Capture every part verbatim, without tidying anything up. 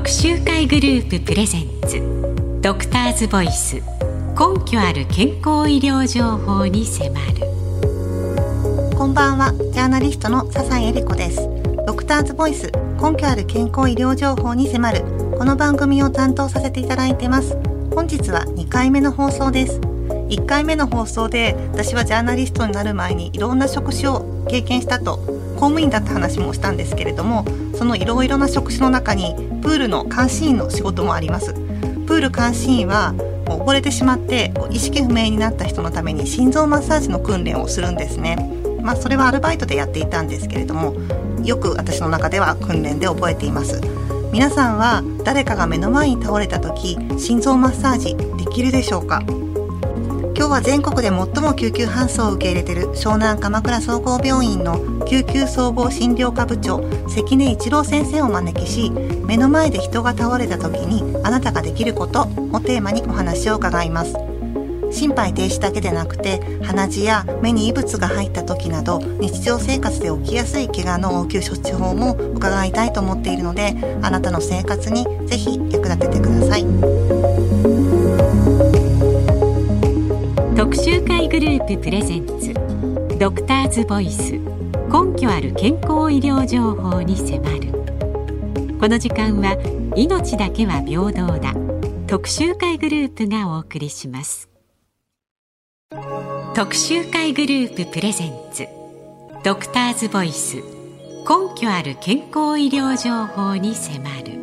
特集会グループプレゼンツドクターズボイス、根拠ある健康医療情報に迫る。 こんばんは、ジャーナリストの笹井恵理子です。ドクターズボイス、根拠ある健康医療情報に迫る、この番組を担当させていただいています。本日はにかいめの放送です。いっかいめの放送で、私はジャーナリストになる前にいろんな職種を経験したと、公務員だった話もしたんですけれども、そのいろいろな職種の中にプールの監視員の仕事もあります。プール監視員はもう溺れてしまって意識不明になった人のために心臓マッサージの訓練をするんですね。まあ、それはアルバイトでやっていたんですけれども、よく私の中では訓練で覚えています。皆さんは誰かが目の前に倒れた時、心臓マッサージできるでしょうか？今日は全国で最も救急搬送を受け入れている湘南鎌倉総合病院の救急総合診療科部長関根一郎先生をお招きし、目の前で人が倒れた時にあなたができることをテーマにお話を伺います。心肺停止だけでなくて、鼻血や目に異物が入った時など日常生活で起きやすい怪我の応急処置法も伺いたいと思っているので、あなたの生活にぜひ役立ててください。 特集会グループプレゼンツドクターズボイス、根拠ある健康医療情報に迫る。この時間は命だけは平等だ、特集会グループがお送りします。特集会グループプレゼンツドクターズボイス、根拠ある健康医療情報に迫る。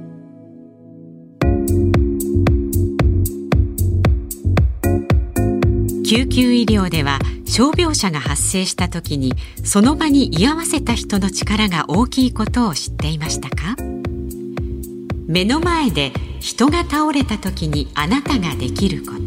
救急医療では傷病者が発生した時にその場に居合わせた人の力が大きいことを知っていましたか？目の前で人が倒れた時にあなたができること、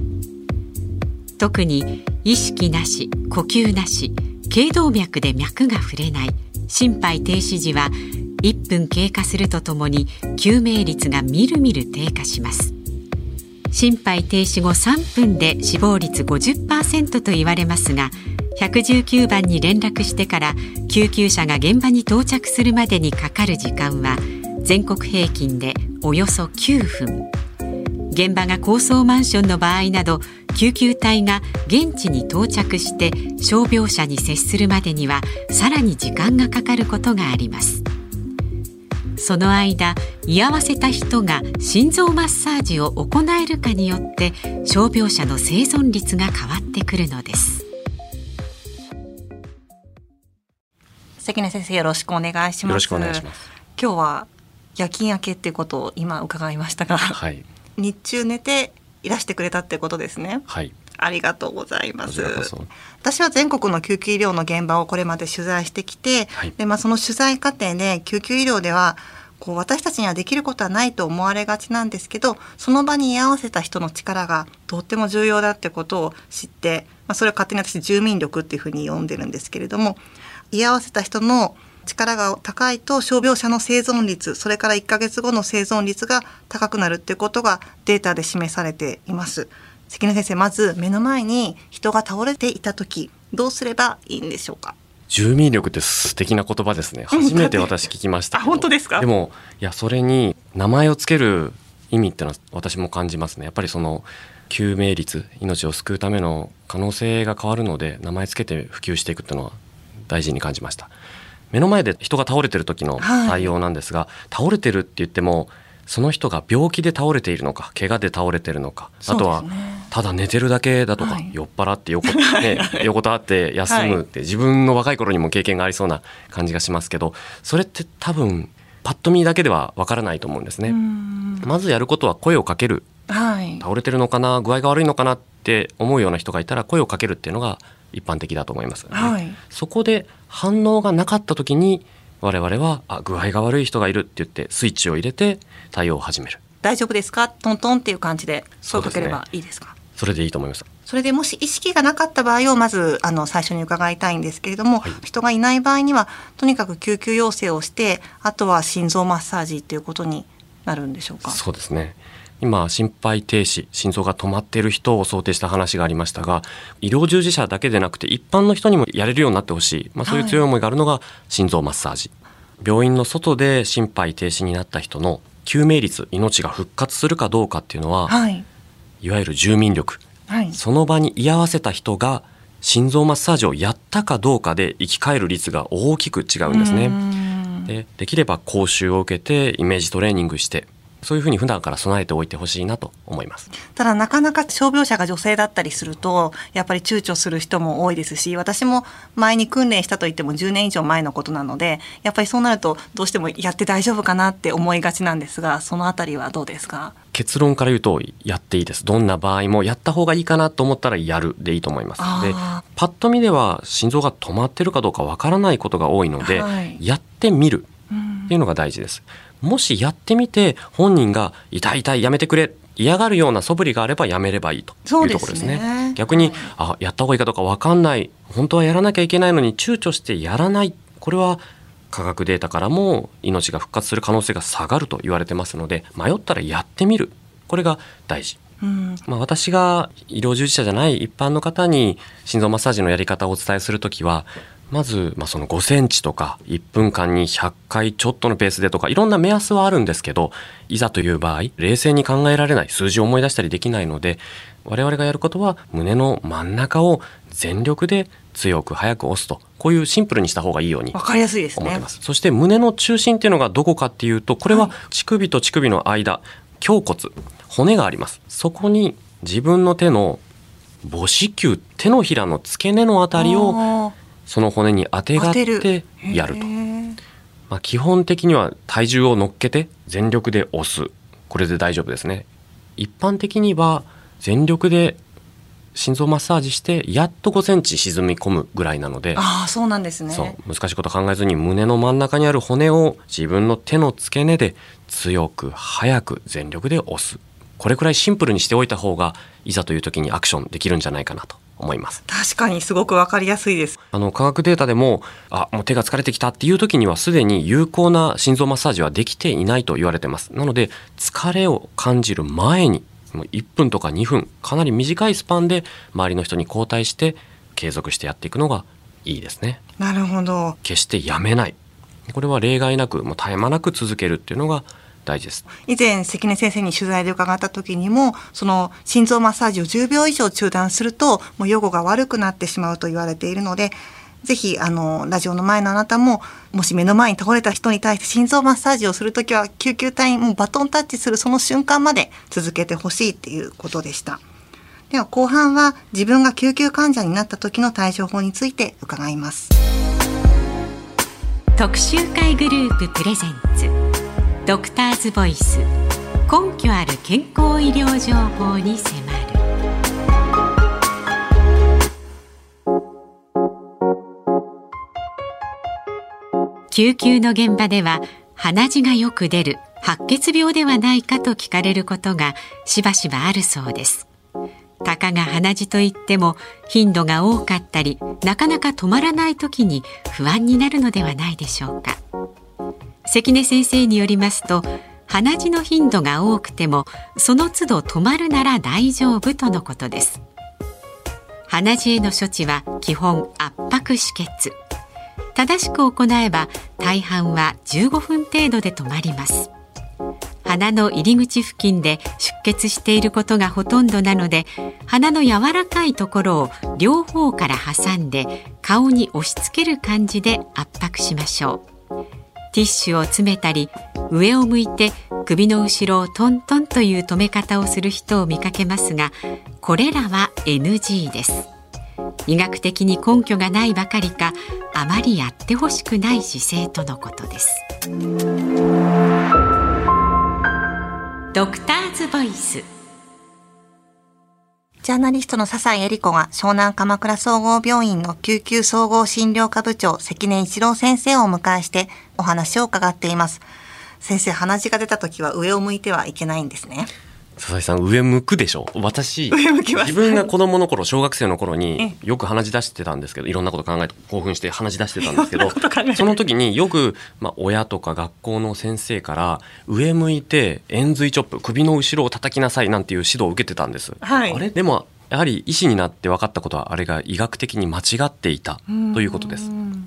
特に意識なし、呼吸なし、頸動脈で脈が触れない心肺停止時はいっぷん経過するとともに救命率がみるみる低下します。心肺停止後さんぷんで死亡率 ごじゅっパーセント と言われますが、いちいちきゅうばんに連絡してから救急車が現場に到着するまでにかかる時間は全国平均でおよそきゅうふん。現場が高層マンションの場合など、救急隊が現地に到着して傷病者に接するまでにはさらに時間がかかることがあります。その間、居合わせた人が心臓マッサージを行えるかによって傷病者の生存率が変わってくるのです。 関根先生、よろしくお願いします。 よろしくお願いします。 今日は夜勤明けっていうことを今伺いましたが、はい、日中寝ていらしてくれたってことですね。 はい、 ありがとうございます。私は全国の救急医療の現場をこれまで取材してきて、はい、でまあ、その取材過程で救急医療ではこう私たちにはできることはないと思われがちなんですけど、その場に居合わせた人の力がとっても重要だってことを知って、まあ、それを勝手に私住民力っていうふうに呼んでるんですけれども、居合わせた人の力が高いと傷病者の生存率、それからいっかげつごの生存率が高くなるっていうことがデータで示されています。関根先生、まず目の前に人が倒れていた時どうすればいいんでしょうか？ 住民力って素敵な言葉ですね。初めて私聞きましたけど。 あ、本当ですか？ でもいや、それに名前をつける意味ってのは私も感じますね。やっぱりその救命率、命を救うための可能性が変わるので、名前つけて普及していくっていうのは大事に感じました。目の前で人が倒れてる時の対応なんですが、はい、倒れてるって言ってもその人が病気で倒れているのか、怪我で倒れているのか、あとはただ寝てるだけだとか、はい、酔っ払って横、ね、横たわって休むって、はい、自分の若い頃にも経験がありそうな感じがしますけど、それって多分パッと見だけではわからないと思うんですね。まずやることは声をかける、はい、倒れてるのかな、具合が悪いのかなって思うような人がいたら声をかけるっていうのが一般的だと思います、ね。はい、そこで反応がなかった時に我々はあ具合が悪い人がいるって言ってスイッチを入れて対応を始める。 大丈夫ですか、トントンっていう感じで声をかければいいですか？ そ, ですね、それでいいと思います。 それでもし意識がなかった場合をまずあの最初に伺いたいんですけれども、はい、人がいない場合にはとにかく救急要請をして、あとは心臓マッサージっていうことになるんでしょうか？ そうですね。今心肺停止、心臓が止まっている人を想定した話がありましたが、医療従事者だけでなくて一般の人にもやれるようになってほしい、まあ、そういう強い思いがあるのが心臓マッサージ、はい、 病院の外で心肺停止になった人の救命率、命が復活するかどうかっていうのは、はい、いわゆる住民力、はい、その場に居合わせた人が心臓マッサージをやったかどうかで生き返る率が大きく違うんですね。で、できれば講習を受けてイメージトレーニングして、そういうふうに普段から備えておいてほしいなと思います。 ただなかなか傷病者が女性だったりするとやっぱり躊躇する人も多いですし、私も前に訓練したといってもじゅうねん以上前のことなので、やっぱりそうなるとどうしてもやって大丈夫かなって思いがちなんですが、そのあたりはどうですか？ 結論から言うとやっていいです。どんな場合もやった方がいいかなと思ったらやるでいいと思います。で、パッと見では心臓が止まってるかどうかわからないことが多いので、はい、やってみるっていうのが大事です。もしやってみて本人が痛い痛いやめてくれ、嫌がるような素振りがあればやめればいいというところですね。ですね。逆に、はい、あやった方がいいかどうか分かんない、本当はやらなきゃいけないのに躊躇してやらない、これは科学データからも命が復活する可能性が下がると言われてますので、迷ったらやってみる、これが大事。うんまあ、私が医療従事者じゃない一般の方に心臓マッサージのやり方をお伝えするときは、まず、まあ、そのごセンチとかいっぷんかんにひゃっかいちょっとのペースでとかいろんな目安はあるんですけど、いざという場合冷静に考えられない、数字を思い出したりできないので、我々がやることは胸の真ん中を全力で強く早く押すと、こういうシンプルにした方がいいように思ってます。 わかりやすいですね。 そして胸の中心っていうのがどこかっていうと、これは乳首と乳首の間、胸骨、骨があります。そこに自分の手の母子球、手のひらの付け根のあたりをその骨に当てがってやると。まあ、基本的には体重を乗っけて全力で押す、これで大丈夫ですね。一般的には全力で心臓マッサージしてやっとごセンチ沈み込むぐらいなので、 ああそうなんですね。 そう難しいこと考えずに胸の真ん中にある骨を自分の手の付け根で強く早く全力で押す、これくらいシンプルにしておいた方がいざという時にアクションできるんじゃないかなと思います。 確かにすごくわかりやすいです。 あの科学データでも、あもう手が疲れてきたっていう時にはすでに有効な心臓マッサージはできていないと言われてます。なので疲れを感じる前にもういっぷんとかにふん、かなり短いスパンで周りの人に交代して継続してやっていくのがいいですね。 なるほど。 決してやめない、これは例外なくもう絶え間なく続けるっていうのが大事です。 以前関根先生に取材で伺った時にも、その心臓マッサージをじゅうびょう以上中断するともう予後が悪くなってしまうと言われているので、ぜひあのラジオの前のあなたも、もし目の前に倒れた人に対して心臓マッサージをするときは救急隊員もバトンタッチするその瞬間まで続けてほしいっていうことでした。では後半は自分が救急患者になった時の対処法について伺います。 特集会グループプレゼンツドクターズボイス、根拠ある健康医療情報に迫る。救急の現場では鼻血がよく出る白血病ではないかと聞かれることがしばしばあるそうです。たかが鼻血といっても頻度が多かったり、なかなか止まらない時に不安になるのではないでしょうか。関根先生によりますと、鼻血の頻度が多くてもその都度止まるなら大丈夫とのことです。鼻血への処置は基本圧迫止血、正しく行えば大半はじゅうごふん程度で止まります。鼻の入り口付近で出血していることがほとんどなので、鼻の柔らかいところを両方から挟んで顔に押し付ける感じで圧迫しましょう。ティッシュを詰めたり、上を向いて首の後ろをトントンという止め方をする人を見かけますが、これらは エヌジー です。医学的に根拠がないばかりか、あまりやってほしくない姿勢とのことです。ドクターズボイス。 ジャーナリストの笹井恵理子が湘南鎌倉総合病院の救急総合診療科部長関根一郎先生をお迎えしてお話を伺っています。先生、鼻血が出た時は上を向いてはいけないんですね。 笹井さん、上向くでしょ。私自分が子供の頃、小学生の頃によく鼻血出してたんですけど、いろんなこと考えて興奮して鼻血出してたんですけどその時によく、まあ、親とか学校の先生から上向いて円髄チョップ、首の後ろを叩きなさいなんていう指導を受けてたんです、はい、あれでもやはり医師になって分かったことは、あれが医学的に間違っていたということです。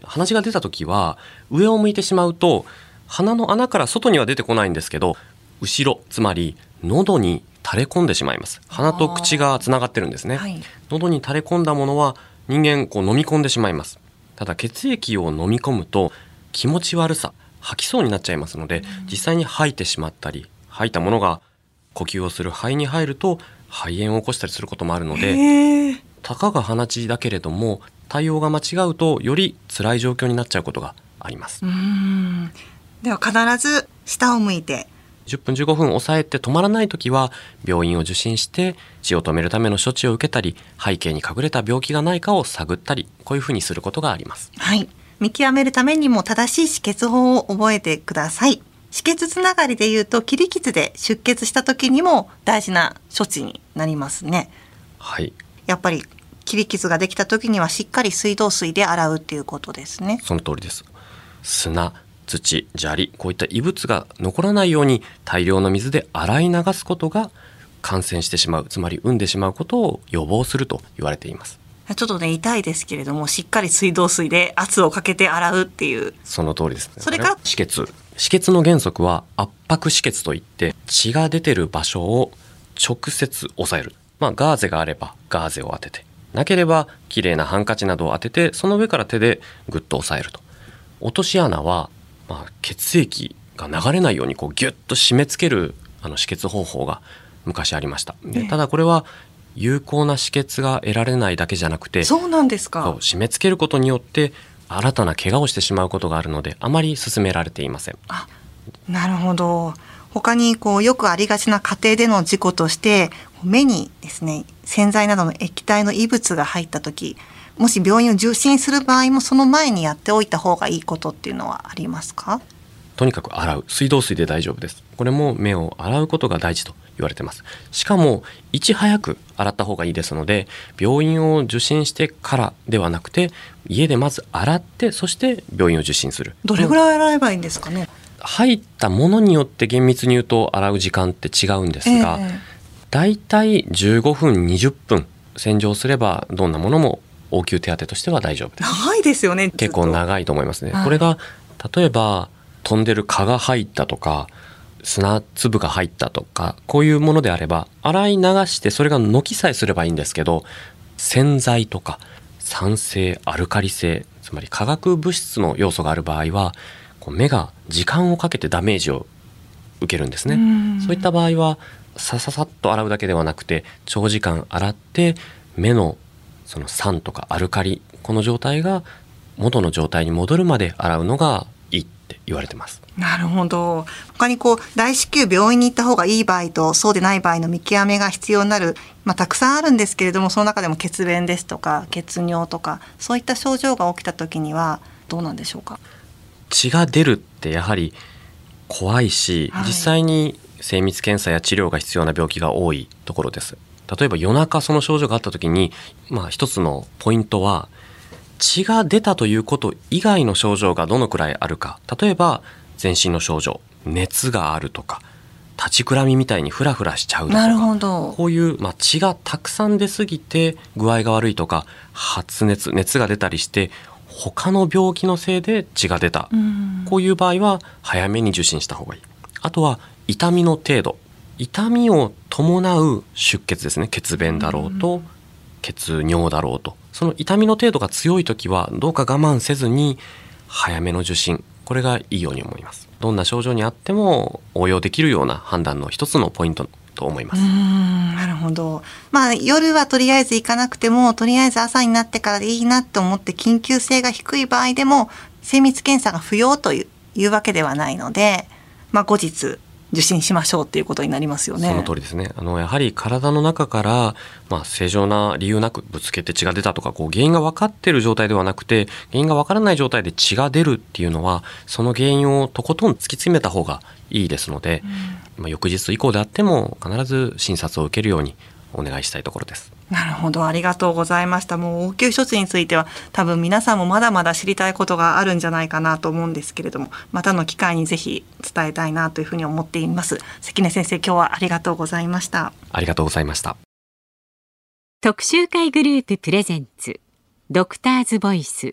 鼻血が出た時は上を向いてしまうと鼻の穴から外には出てこないんですけど、後ろ、つまり喉に垂れ込んでしまいます。鼻と口がつながってるんですね、はい、喉に垂れ込んだものは人間こう飲み込んでしまいます。ただ血液を飲み込むと気持ち悪さ、吐きそうになっちゃいますので、うん、実際に吐いてしまったり、吐いたものが呼吸をする肺に入ると肺炎を起こしたりすることもあるので、たかが鼻血だけれども対応が間違うとより辛い状況になっちゃうことがあります。 うーん、では必ず下を向いてじゅっぷんじゅうごふん抑えて止まらないときは病院を受診して血を止めるための処置を受けたり、背景に隠れた病気がないかを探ったり、こういうふうにすることがあります。 はい、見極めるためにも正しい止血法を覚えてください。止血つながりでいうと切り傷で出血した時にも大事な処置になりますね。 はい、 やっぱり切り傷ができた時にはしっかり水道水で洗うっていうことですね。 その通りです。砂、土、砂利、こういった異物が残らないように大量の水で洗い流すことが感染してしまう、つまり産んでしまうことを予防すると言われています。 ちょっとね痛いですけれども、しっかり水道水で圧をかけて洗うっていう。 その通りですね。 それから止血、止血の原則は圧迫止血といって、血が出てる場所を直接押さえる。まあガーゼがあればガーゼを当てて、なければきれいなハンカチなどを当てて、その上から手でグッと押さえると。落とし穴は、まあ、血液が流れないようにこうギュッと締め付けるあの止血方法が昔ありました。でただこれは有効な止血が得られないだけじゃなくて、 そうなんですか。 そう締め付けることによって新たな怪我をしてしまうことがあるので、あまり勧められていません。 あ、なるほど。他にこうよくありがちな家庭での事故として、目にですね洗剤などの液体の異物が入った時、もし病院を受診する場合もその前にやっておいた方がいいことっていうのはありますか？ とにかく洗う、水道水で大丈夫です。これも目を洗うことが大事と言われています。しかもいち早く洗った方がいいですので、病院を受診してからではなくて、家でまず洗って、そして病院を受診する。 どれぐらい洗えばいいんですかね？ 入ったものによって厳密に言うと洗う時間って違うんですが、えー、だいたいじゅうごふんにじゅっぷん洗浄すればどんなものも応急手当としては大丈夫です。 長いですよね。 結構長いと思いますね。これが例えば飛んでる蚊が入ったとか砂粒が入ったとか、こういうものであれば洗い流してそれが軒さえすればいいんですけど、洗剤とか酸性、アルカリ性、つまり化学物質の要素がある場合はこう目が時間をかけてダメージを受けるんですね。うそういった場合はさささっと洗うだけではなくて、長時間洗って目のその酸とかアルカリ、この状態が元の状態に戻るまで洗うのがいいって言われてます。 なるほど。他にこう大至急病院に行った方がいい場合とそうでない場合の見極めが必要になる、まあ、たくさんあるんですけれども、その中でも血便ですとか血尿とかそういった症状が起きた時にはどうなんでしょうか？ 血が出るってやはり怖いし、はい、実際に精密検査や治療が必要な病気が多いところです。例えば夜中その症状があった時に、まあ、一つのポイントは血が出たということ以外の症状がどのくらいあるか。例えば全身の症状、熱があるとか立ちくらみみたいにフラフラしちゃうとか、 なるほど。 こういう、まあ、血がたくさん出すぎて具合が悪いとか、発熱、熱が出たりして他の病気のせいで血が出た、こういう場合は早めに受診した方がいい。あとは痛みの程度、痛みを伴う出血ですね。血便だろうと血尿だろうと、その痛みの程度が強いときはどうか我慢せずに早めの受診、これがいいように思います。どんな症状にあっても応用できるような判断の一つのポイントと思います。 うーん、なるほど。まあ夜はとりあえず行かなくても、とりあえず朝になってからでいいなと思って緊急性が低い場合でも精密検査が不要という、いうわけではないので、まあ、後日受診しましょうっていうことになりますよね。 その通りですね。あのやはり体の中から、まあ、正常な理由なくぶつけて血が出たとか、こう原因が分かっている状態ではなくて、原因が分からない状態で血が出るっていうのは、その原因をとことん突き詰めた方がいいですので、うん、まあ、翌日以降であっても必ず診察を受けるようにお願いしたいところです。 なるほど、ありがとうございました。もう応急処置については多分皆さんもまだまだ知りたいことがあるんじゃないかなと思うんですけれども、またの機会にぜひ伝えたいなというふうに思っています。関根先生、今日はありがとうございました。 ありがとうございました。 特集会グループプレゼンツドクターズボイス、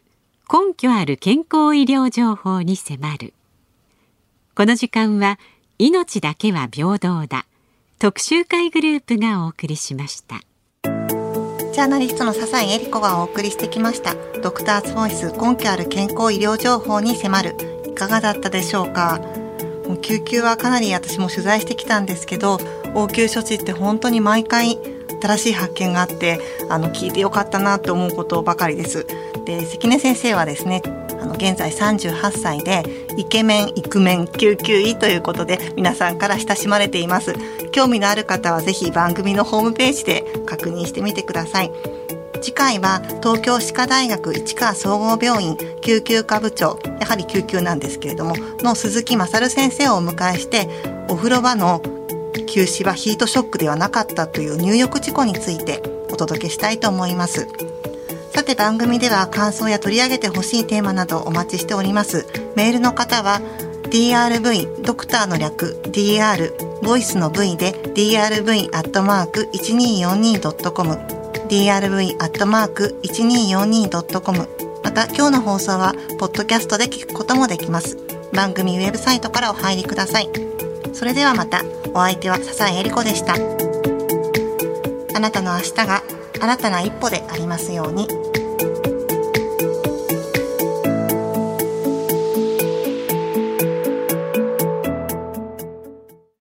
根拠ある健康医療情報に迫る。この時間は命だけは平等だ特集会グループがお送りしました。 ジャーナリストの笹井恵理子がお送りしてきましたドクターズボイス根拠ある健康医療情報に迫る。いかがだったでしょうか。もう救急はかなり私も取材してきたんですけど、応急処置って本当に毎回新しい発見があって、あの聞いてよかったなと思うことばかりです。で、関根先生はですね、あの現在さんじゅうはっさいでイケメンイクメン救急医ということで皆さんから親しまれています。興味のある方はぜひ番組のホームページで確認してみてください。次回は東京歯科大学市川総合病院救急科部長、やはり救急なんですけれどもの鈴木勝先生をお迎えして、お風呂場の急死はヒートショックではなかったという入浴事故についてお届けしたいと思います。さて、番組では感想や取り上げてほしいテーマなどお待ちしております。メールの方は ディーアールブイ ドクターの略 ディーアール ボイスの V で ディーアールブイ アットマーク いちにーよんにー ドットコム ディーアールブイ アットマーク いちにーよんにー ドットコム。 また今日の放送はポッドキャストで聞くこともできます。番組ウェブサイトからお入りください。それではまた。お相手は笹井恵理子でした。あなたの明日が新たな一歩でありますように。